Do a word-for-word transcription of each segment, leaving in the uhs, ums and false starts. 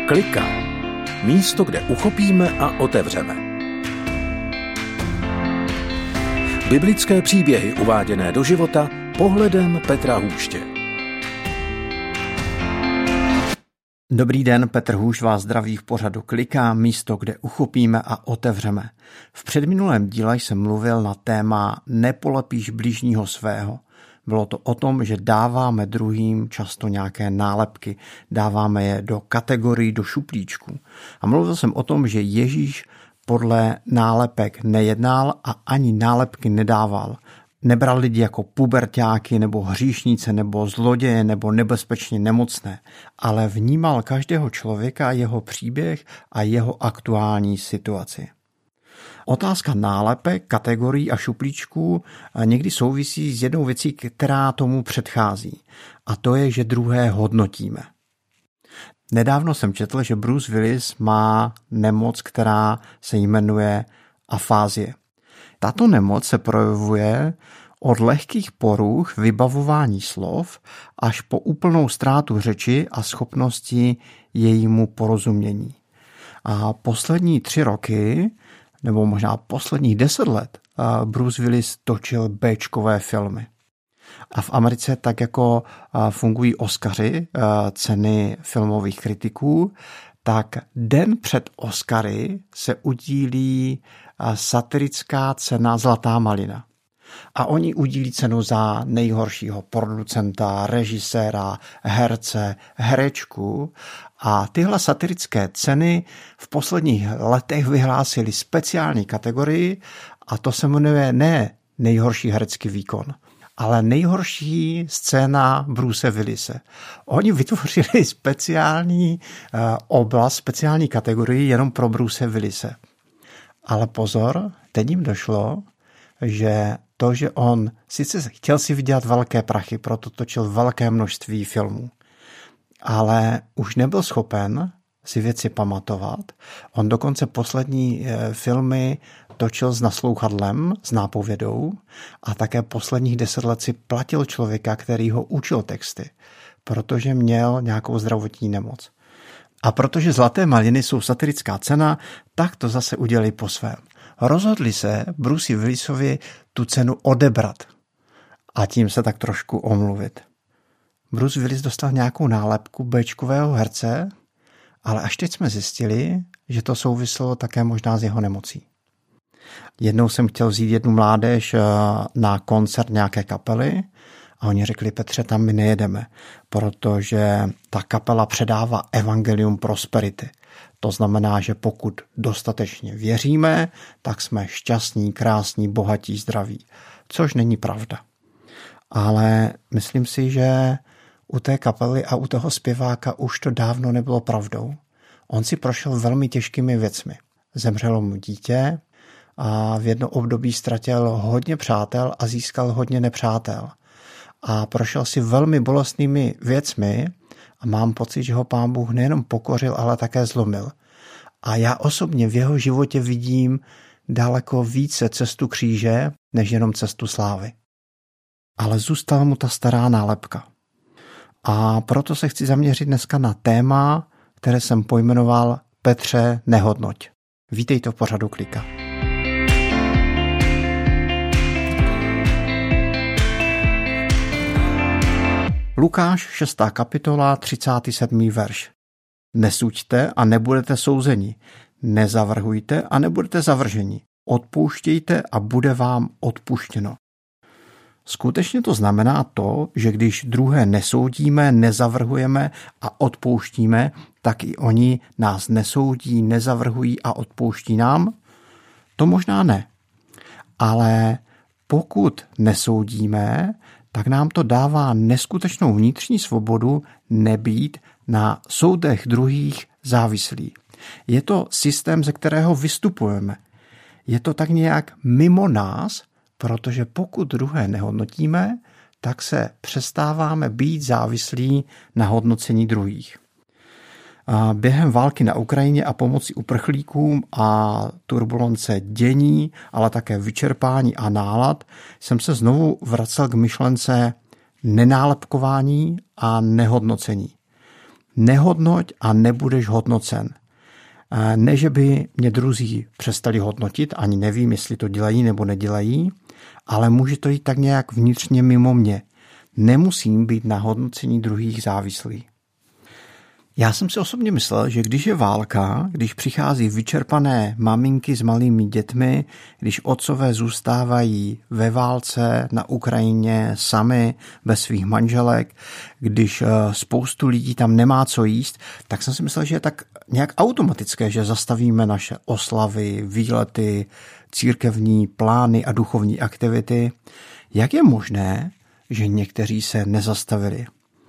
Klika. Místo, kde uchopíme a otevřeme. Biblické příběhy uváděné do života pohledem Petra Hůště. Dobrý den, Petr Hůš vás zdraví v pořadu Klika, místo, kde uchopíme a otevřeme. V předminulém díle jsem mluvil na téma Nepolepíš bližního svého. Bylo to o tom, že dáváme druhým často nějaké nálepky, dáváme je do kategorií, do šuplíčků. A mluvil jsem o tom, že Ježíš podle nálepek nejednal a ani nálepky nedával. Nebral lidi jako puberťáky nebo hříšnice nebo zloděje nebo nebezpečně nemocné, ale vnímal každého člověka, jeho příběh a jeho aktuální situaci. Otázka nálepek, kategorií a šuplíčků někdy souvisí s jednou věcí, která tomu předchází. A to je, že druhé hodnotíme. Nedávno jsem četl, že Bruce Willis má nemoc, která se jmenuje afázie. Tato nemoc se projevuje od lehkých poruch vybavování slov až po úplnou ztrátu řeči a schopnosti jejímu porozumění. A poslední tři roky, nebo možná posledních deset let, Bruce Willis točil béčkové filmy. A v Americe tak jako fungují Oscaři, ceny filmových kritiků, tak den před Oscary se udílí satirická cena Zlatá malina. A oni udílí cenu za nejhoršího producenta, režiséra, herce, herečku. A tyhle satirické ceny v posledních letech vyhlásili speciální kategorii a to se jmenuje ne nejhorší herecký výkon, ale nejhorší scéna Bruce Willise. Oni vytvořili speciální oblast, speciální kategorii jenom pro Bruce Willise. Ale pozor, teď jim došlo, že to, že on sice chtěl si vydělat velké prachy, proto točil velké množství filmů, ale už nebyl schopen si věci pamatovat. On dokonce poslední filmy točil s naslouchadlem, s nápovědou a také posledních deset let si platil člověka, který ho učil texty, protože měl nějakou zdravotní nemoc. A protože Zlaté maliny jsou satirická cena, tak to zase udělali po svém. Rozhodli se Bruce Willisovi tu cenu odebrat a tím se tak trošku omluvit. Bruce Willis dostal nějakou nálepku béčkového herce, ale až teď jsme zjistili, že to souviselo také možná s jeho nemocí. Jednou jsem chtěl vzít jednu mládež na koncert nějaké kapely a oni řekli, Petře, tam my nejedeme, protože ta kapela předává evangelium prosperity. To znamená, že pokud dostatečně věříme, tak jsme šťastní, krásní, bohatí, zdraví. Což není pravda. Ale myslím si, že u té kapely a u toho zpěváka už to dávno nebylo pravdou. On si prošel velmi těžkými věcmi. Zemřelo mu dítě a v jedno období ztratil hodně přátel a získal hodně nepřátel. A prošel si velmi bolestnými věcmi a mám pocit, že ho Pán Bůh nejenom pokořil, ale také zlomil. A já osobně v jeho životě vidím daleko více cestu kříže, než jenom cestu slávy. Ale zůstala mu ta stará nálepka. A proto se chci zaměřit dneska na téma, které jsem pojmenoval Petře, nehodnoť. Vítejte v pořadu Klika. Lukáš šestá kapitola, třicátý sedmý verš. Nesuďte a nebudete souzeni, nezavrhujte a nebudete zavrženi, odpouštějte a bude vám odpuštěno. Skutečně to znamená to, že když druhé nesoudíme, nezavrhujeme a odpouštíme, tak i oni nás nesoudí, nezavrhují a odpouští nám? To možná ne. Ale pokud nesoudíme, tak nám to dává neskutečnou vnitřní svobodu nebýt na soudech druhých závislí. Je to systém, ze kterého vystupujeme. Je to tak nějak mimo nás, protože pokud druhé nehodnotíme, tak se přestáváme být závislí na hodnocení druhých. A během války na Ukrajině a pomoci uprchlíkům a turbulence dění, ale také vyčerpání a nálad, jsem se znovu vracel k myšlence nenálepkování a nehodnocení. Nehodnoť a nebudeš hodnocen. Ne, že by mě druzí přestali hodnotit, ani nevím, jestli to dělají nebo nedělají, ale může to jít tak nějak vnitřně mimo mě. Nemusím být na hodnocení druhých závislý. Já jsem si osobně myslel, že když je válka, když přichází vyčerpané maminky s malými dětmi, když otcové zůstávají ve válce na Ukrajině sami, bez svých manželek, když spoustu lidí tam nemá co jíst, tak jsem si myslel, že je tak nějak automatické, že zastavíme naše oslavy, výlety, církevní plány a duchovní aktivity. Jak je možné, že někteří se nezastavili?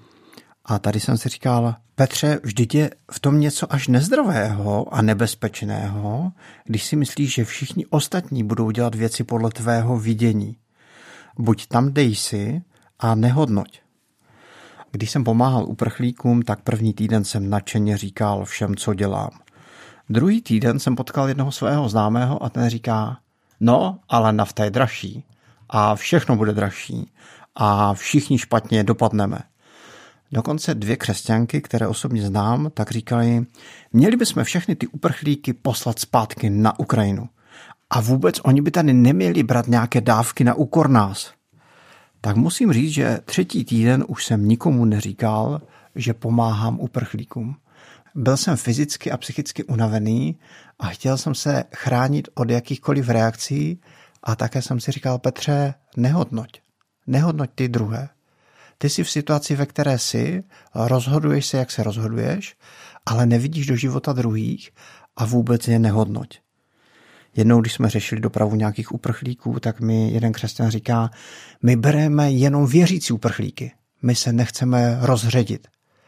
A tady jsem si říkal, Petře, vždyť je v tom něco až nezdravého a nebezpečného, když si myslíš, že všichni ostatní budou dělat věci podle tvého vidění. Buď tam dej si a nehodnoť. Když jsem pomáhal uprchlíkům, tak první týden jsem nadšeně říkal všem, co dělám. Druhý týden jsem potkal jednoho svého známého a ten říká, no, ale nafta je dražší a všechno bude dražší a všichni špatně dopadneme. Dokonce dvě křesťanky, které osobně znám, tak říkali, měli bychom všechny ty uprchlíky poslat zpátky na Ukrajinu. A vůbec oni by tady neměli brát nějaké dávky na úkor nás. Tak musím říct, že třetí týden už jsem nikomu neříkal, že pomáhám uprchlíkům. Byl jsem fyzicky a psychicky unavený a chtěl jsem se chránit od jakýchkoliv reakcí a také jsem si říkal, Petře, nehodnoť. Nehodnoť ty druhé. Ty jsi v situaci, ve které jsi, rozhoduješ se, jak se rozhoduješ, ale nevidíš do života druhých a vůbec je nehodnoť. Jednou, když jsme řešili dopravu nějakých uprchlíků, tak mi jeden křesťan říká, my bereme jenom věřící uprchlíky, my se nechceme rozředit.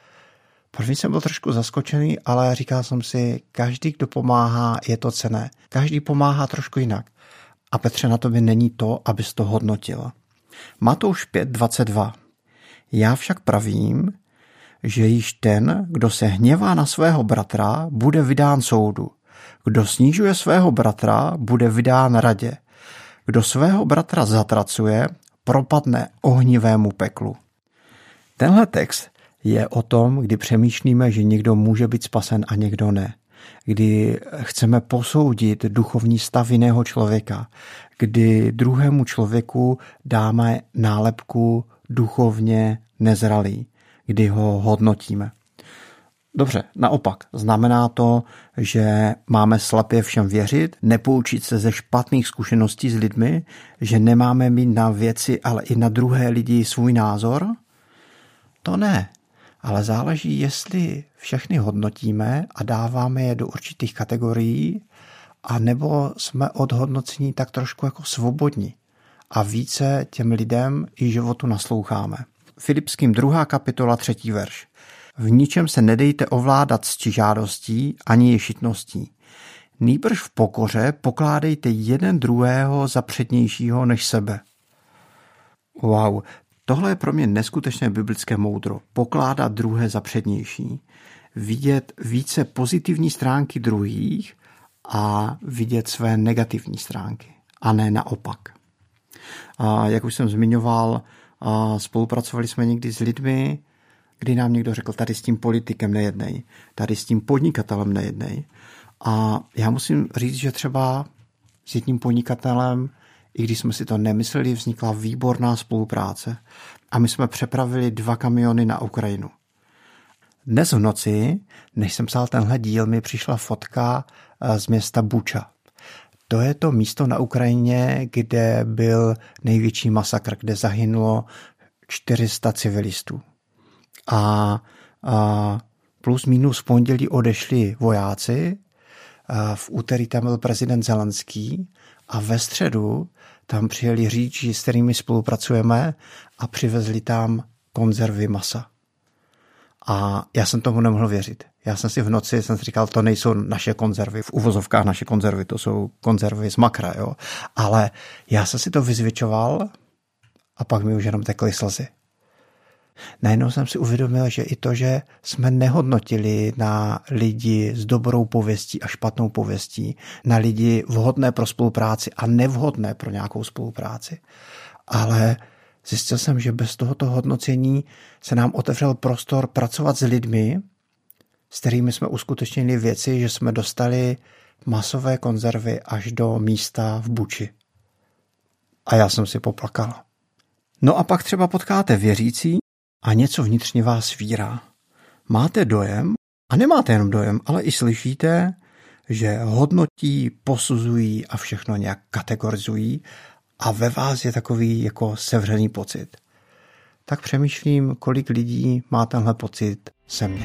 První jsem byl trošku zaskočený, ale říkal jsem si, každý, kdo pomáhá, je to cenné. Každý pomáhá trošku jinak. A Petře, na tobě není to, abys to hodnotil. Matouš pět dvacet dva. Já však pravím, že již ten, kdo se hněvá na svého bratra, bude vydán soudu. Kdo snižuje svého bratra, bude vydán radě. Kdo svého bratra zatracuje, propadne ohnivému peklu. Tenhle text je o tom, kdy přemýšlíme, že někdo může být spasen a někdo ne. Kdy chceme posoudit duchovní stav jiného člověka. Kdy druhému člověku dáme nálepku duchovně nezralý, kdy ho hodnotíme. Dobře, naopak, znamená to, že máme slepě všem věřit, nepoučit se ze špatných zkušeností s lidmi, že nemáme mít na věci, ale i na druhé lidi svůj názor? To ne, ale záleží, jestli všechny hodnotíme a dáváme je do určitých kategorií, a nebo jsme od hodnocení tak trošku jako svobodní a více těm lidem i životu nasloucháme. Filipským druhá kapitola třetí verš. V ničem se nedejte ovládat ctižádostí ani ješitností. Nýbrž v pokoře pokládejte jeden druhého za přednějšího než sebe. Wow, tohle je pro mě neskutečné biblické moudro. Pokládat druhé za přednější. Vidět více pozitivní stránky druhých a vidět své negativní stránky. A ne naopak. A jak už jsem zmiňoval, spolupracovali jsme někdy s lidmi, kdy nám někdo řekl, tady s tím politikem nejednej, tady s tím podnikatelem nejednej. A já musím říct, že třeba s jedním podnikatelem, i když jsme si to nemysleli, vznikla výborná spolupráce. A my jsme přepravili dva kamiony na Ukrajinu. Dnes v noci, než jsem psal tenhle díl, mi přišla fotka z města Buča. To je to místo na Ukrajině, kde byl největší masakr, kde zahynulo čtyři sta civilistů. A, a plus minus v pondělí odešli vojáci, a v úterý tam byl prezident Zelenský a ve středu tam přijeli řidiči, s kterými spolupracujeme a přivezli tam konzervy masa. A já jsem tomu nemohl věřit. Já jsem si v noci jsem si říkal, to nejsou naše konzervy, v uvozovkách naše konzervy, to jsou konzervy z makra, jo. Ale já jsem si to vyzvětšoval a pak mi už jenom tekly slzy. Najednou jsem si uvědomil, že i to, že jsme nehodnotili na lidi s dobrou pověstí a špatnou pověstí, na lidi vhodné pro spolupráci a nevhodné pro nějakou spolupráci. Ale zjistil jsem, že bez tohoto hodnocení se nám otevřel prostor pracovat s lidmi, s kterými jsme uskutečnili věci, že jsme dostali masové konzervy až do místa v Buči. A já jsem si poplakal. No a pak třeba potkáte věřící a něco vnitřně vás svírá. Máte dojem, a nemáte jenom dojem, ale i slyšíte, že hodnotí, posuzují a všechno nějak kategorizují a ve vás je takový jako sevřený pocit. Tak přemýšlím, kolik lidí má tenhle pocit se mně.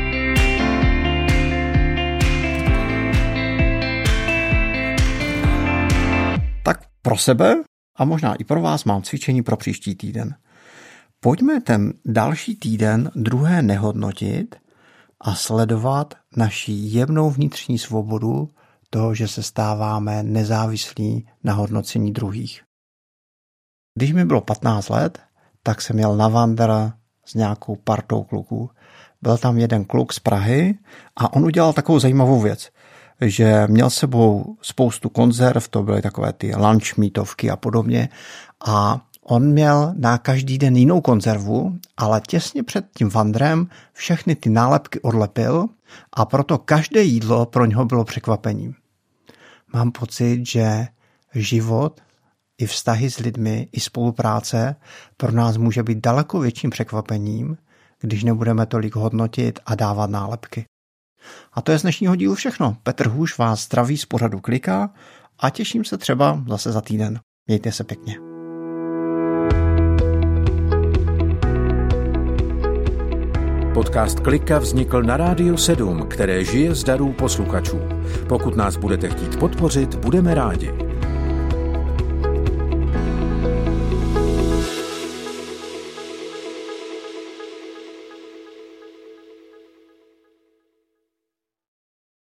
Tak pro sebe a možná i pro vás mám cvičení pro příští týden. Pojďme ten další týden druhé nehodnotit a sledovat naši jemnou vnitřní svobodu toho, že se stáváme nezávislí na hodnocení druhých. Když mi bylo patnáct let, tak jsem jel na wander s nějakou partou kluků. Byl tam jeden kluk z Prahy a on udělal takovou zajímavou věc, že měl s sebou spoustu konzerv, to byly takové ty lunch meetovky a podobně, a on měl na každý den jinou konzervu, ale těsně před tím vandrem všechny ty nálepky odlepil a proto každé jídlo pro něho bylo překvapením. Mám pocit, že život i vztahy s lidmi, i spolupráce pro nás může být daleko větším překvapením, když nebudeme tolik hodnotit a dávat nálepky. A to je z dnešního dílu všechno. Petr Hůš vás zdraví z pořadu Klika a těším se třeba zase za týden. Mějte se pěkně. Podcast Klika vznikl na Rádiu sedm, které žije z darů posluchačů. Pokud nás budete chtít podpořit, budeme rádi.